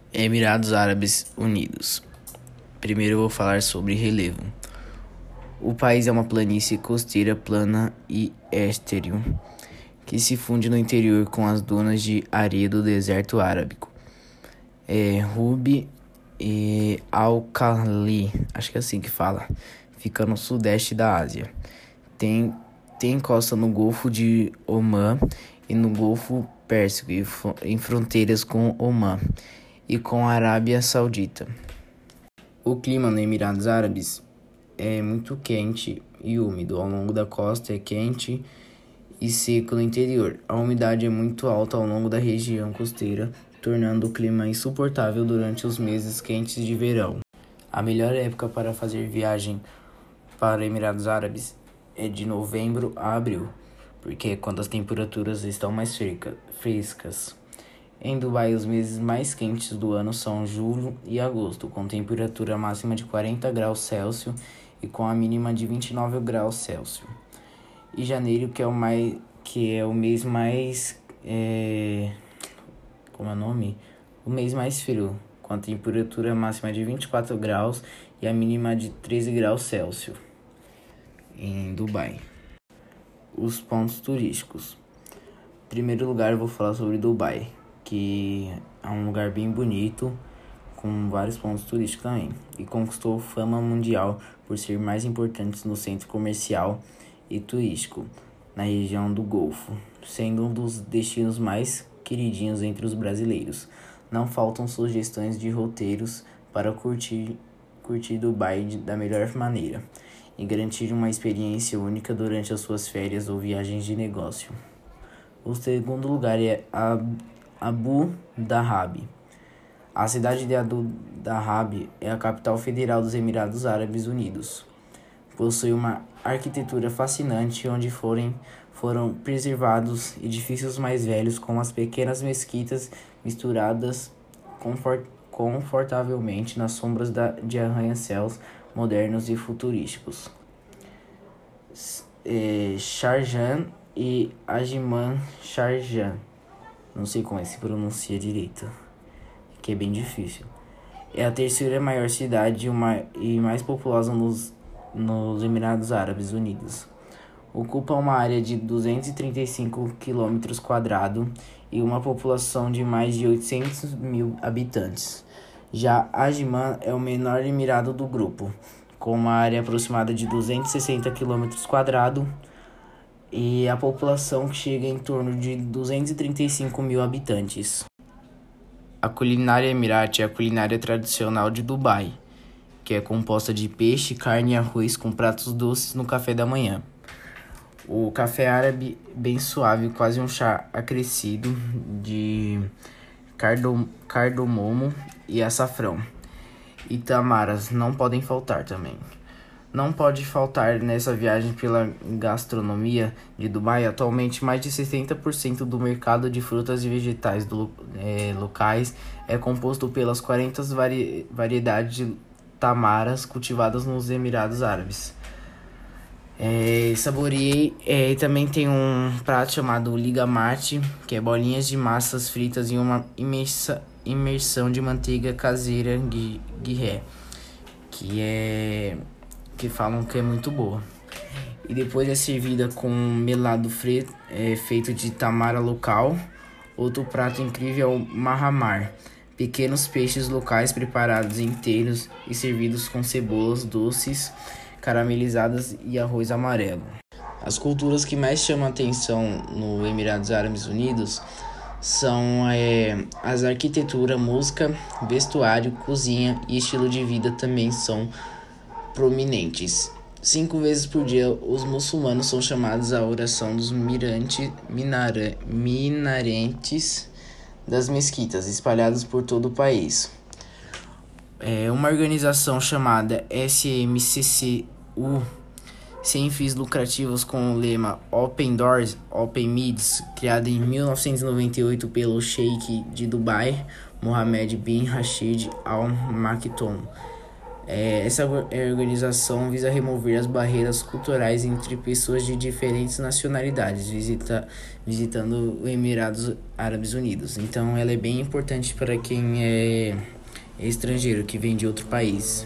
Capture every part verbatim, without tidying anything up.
Emirados Árabes Unidos. Primeiro eu vou falar sobre relevo. O país é uma planície costeira plana e estéril, que se funde no interior com as dunas de areia do deserto árabico. É, Rubi e Al-Khali, acho que é assim que fala, fica no sudeste da Ásia. Tem, tem costa no Golfo de Omã e no Golfo Pérsico, e em fronteiras com Omã e com a Arábia Saudita. O clima nos Emirados Árabes é muito quente e úmido. Ao longo da costa é quente e seco no interior. A umidade é muito alta ao longo da região costeira, tornando o clima insuportável durante os meses quentes de verão. A melhor época para fazer viagem para Emirados Árabes é de novembro a abril, porque é quando as temperaturas estão mais frescas. Em Dubai, os meses mais quentes do ano são julho e agosto, com temperatura máxima de quarenta graus Celsius e com a mínima de vinte e nove graus Celsius. E janeiro, que é o, mais, que é o mês mais... É, como é o nome? O mês mais frio, com a temperatura máxima de vinte e quatro graus e a mínima de treze graus Celsius em Dubai. Os pontos turísticos. Em primeiro lugar, eu vou falar sobre Dubai, que é um lugar bem bonito, com vários pontos turísticos também, e conquistou fama mundial por ser mais importante no centro comercial e turístico na região do Golfo, sendo um dos destinos mais queridinhos entre os brasileiros. Não faltam sugestões de roteiros para curtir, curtir Dubai da melhor maneira e garantir uma experiência única durante as suas férias ou viagens de negócio. O segundo lugar é a Abu Dhabi. A cidade de Abu Dhabi é a capital federal dos Emirados Árabes Unidos. Possui uma arquitetura fascinante onde foram, foram preservados edifícios mais velhos com as pequenas mesquitas misturadas confort, confortavelmente nas sombras da, de arranha-céus modernos e futurísticos. É, Sharjah e Ajman Sharjah. Não sei como é que se pronuncia direito, que é bem difícil. É a terceira maior cidade uma, e mais populosa nos, nos Emirados Árabes Unidos. Ocupa uma área de duzentos e trinta e cinco quilômetros quadrados e uma população de mais de oitocentos mil habitantes. Já Ajman é o menor emirado do grupo, com uma área aproximada de duzentos e sessenta quilômetros quadrados e a população que chega em torno de duzentos e trinta e cinco mil habitantes. A culinária emirati é a culinária tradicional de Dubai, que é composta de peixe, carne e arroz com pratos doces no café da manhã. O café árabe bem suave, quase um chá acrescido de cardom- cardamomo e açafrão. E tamaras não podem faltar também. Não pode faltar nessa viagem pela gastronomia de Dubai. Atualmente, mais de sessenta por cento do mercado de frutas e vegetais do, é, locais é composto pelas quarenta vari, variedades de tamaras cultivadas nos Emirados Árabes. É, saboreei. É, também tem um prato chamado liga mate, que é bolinhas de massas fritas em uma imersa, imersão de manteiga caseira guiré, que é... que falam que é muito boa. E depois é servida com melado fre- é, feito de tamara local. Outro prato incrível é o mahamar, pequenos peixes locais preparados inteiros e servidos com cebolas doces, caramelizadas e arroz amarelo. As culturas que mais chamam a atenção no Emirados Árabes Unidos são é, as arquitetura, música, vestuário, cozinha e estilo de vida também são prominentes. Cinco vezes por dia, os muçulmanos são chamados à oração dos mirante, minara, minaretes das mesquitas, espalhadas por todo o país. É uma organização chamada S M C C U, sem fins lucrativos, com o lema Open Doors, Open Meetings, criada em mil novecentos e noventa e oito pelo Sheikh de Dubai, Mohammed bin Rashid Al Maktoum. É, essa organização visa remover as barreiras culturais entre pessoas de diferentes nacionalidades, visita, visitando os Emirados Árabes Unidos. Então, ela é bem importante para quem é estrangeiro, que vem de outro país.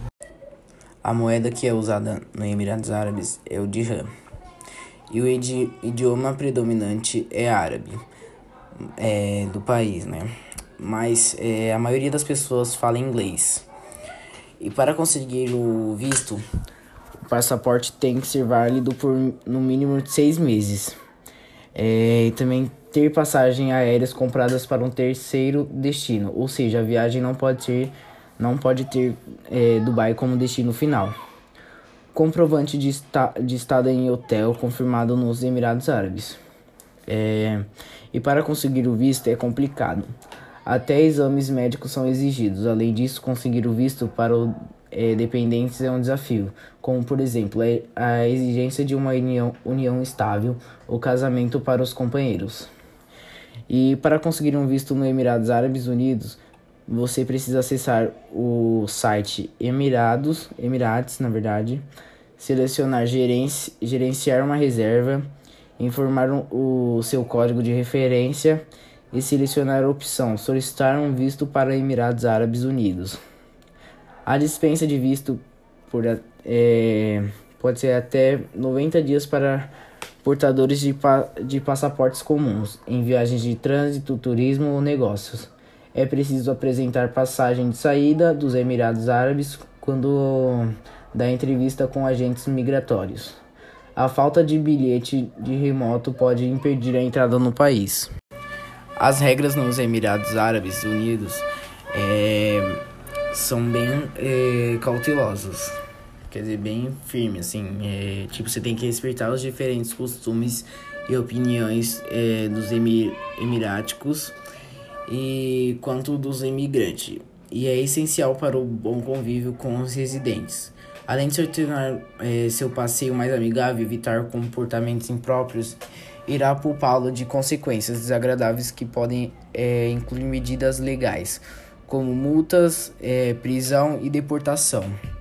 A moeda que é usada nos Emirados Árabes é o dirham. E o idi- idioma predominante é árabe, é, do país, né? Mas é, a maioria das pessoas fala inglês. E para conseguir o visto, o passaporte tem que ser válido por no mínimo seis meses. É, e também ter passagens aéreas compradas para um terceiro destino, ou seja, a viagem não pode ser, não pode ter é, Dubai como destino final. Comprovante de, esta, de estada em hotel confirmado nos Emirados Árabes. É, e para conseguir o visto é complicado. Até exames médicos são exigidos. Além disso, conseguir o visto para os é, dependentes é um desafio, como, por exemplo, a exigência de uma união, união estável ou casamento para os companheiros. E para conseguir um visto nos Emirados Árabes Unidos, você precisa acessar o site Emirados, Emirates, na verdade, selecionar gerenci, gerenciar uma reserva, informar o seu código de referência e selecionar a opção solicitar um visto para Emirados Árabes Unidos. A dispensa de visto por, é, pode ser até noventa dias para portadores de, pa, de passaportes comuns em viagens de trânsito, turismo ou negócios. É preciso apresentar passagem de saída dos Emirados Árabes quando da entrevista com agentes migratórios. A falta de bilhete de remoto pode impedir a entrada no país. As regras nos Emirados Árabes Unidos é, são bem é, cautelosas, quer dizer, bem firmes, assim. É, tipo, você tem que respeitar os diferentes costumes e opiniões é, dos emir, emiráticos e quanto dos imigrantes. E é essencial para o bom convívio com os residentes. Além de tornar é, seu passeio mais amigável e evitar comportamentos impróprios, irá poupá-lo de consequências desagradáveis que podem é, incluir medidas legais, como multas, é, prisão e deportação.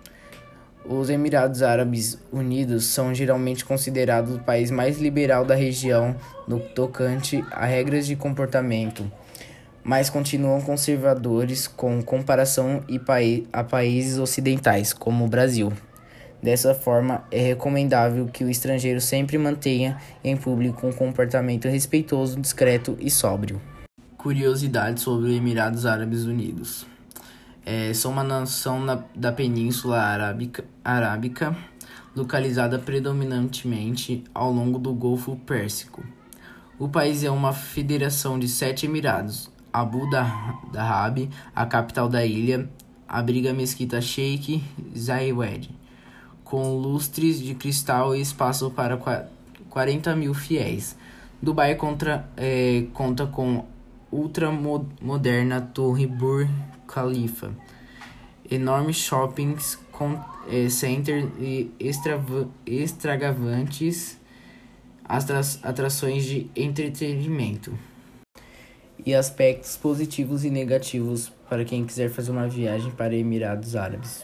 Os Emirados Árabes Unidos são geralmente considerados o país mais liberal da região no tocante a regras de comportamento, mas continuam conservadores com comparação a países ocidentais, como o Brasil. Dessa forma, é recomendável que o estrangeiro sempre mantenha em público um comportamento respeitoso, discreto e sóbrio. Curiosidades sobre os Emirados Árabes Unidos. É, são uma nação na, da Península Arábica, Arábica, localizada predominantemente ao longo do Golfo Pérsico. O país é uma federação de sete emirados. Abu Dhabi, a capital da ilha, abriga a mesquita Sheikh Zayed, com lustres de cristal e espaço para quarenta mil fiéis. Dubai contra, é, conta com ultramoderna torre Burj Khalifa, enormes shoppings, com, é, centers e extrava, extravagantes atrações de entretenimento. E aspectos positivos e negativos para quem quiser fazer uma viagem para Emirados Árabes.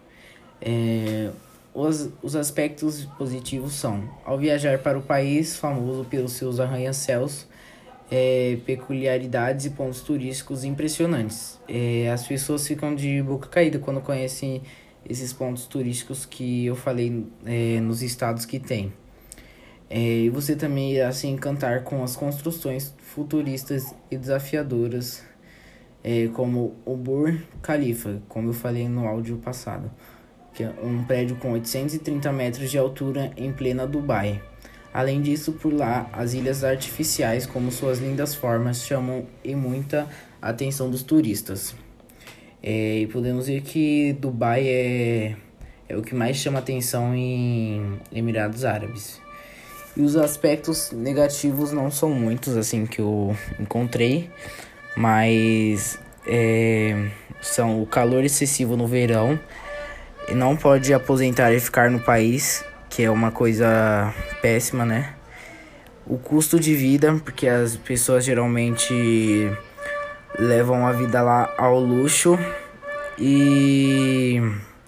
É, os, os aspectos positivos são: ao viajar para o país, famoso pelos seus arranha-céus, é, peculiaridades e pontos turísticos impressionantes. É, as pessoas ficam de boca caída quando conhecem esses pontos turísticos que eu falei é, nos estados que tem. É, e você também irá se encantar com as construções futuristas e desafiadoras, é, como o Burj Khalifa, como eu falei no áudio passado, que é um prédio com oitocentos e trinta metros de altura em plena Dubai. Além disso, por lá, as ilhas artificiais, com suas lindas formas, chamam e muita atenção dos turistas. É, e podemos ver que Dubai é, é o que mais chama atenção em Emirados Árabes. E os aspectos negativos não são muitos, assim, que eu encontrei, mas é, são o calor excessivo no verão, não pode aposentar e ficar no país, que é uma coisa péssima, né? O custo de vida, porque as pessoas geralmente levam a vida lá ao luxo, e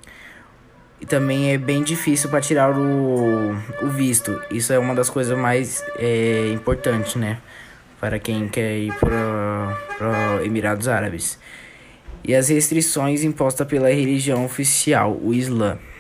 E também é bem difícil para tirar o, o visto. Isso é uma das coisas mais é, importantes, né? Para quem quer ir para Emirados Árabes. E as restrições impostas pela religião oficial, o Islã.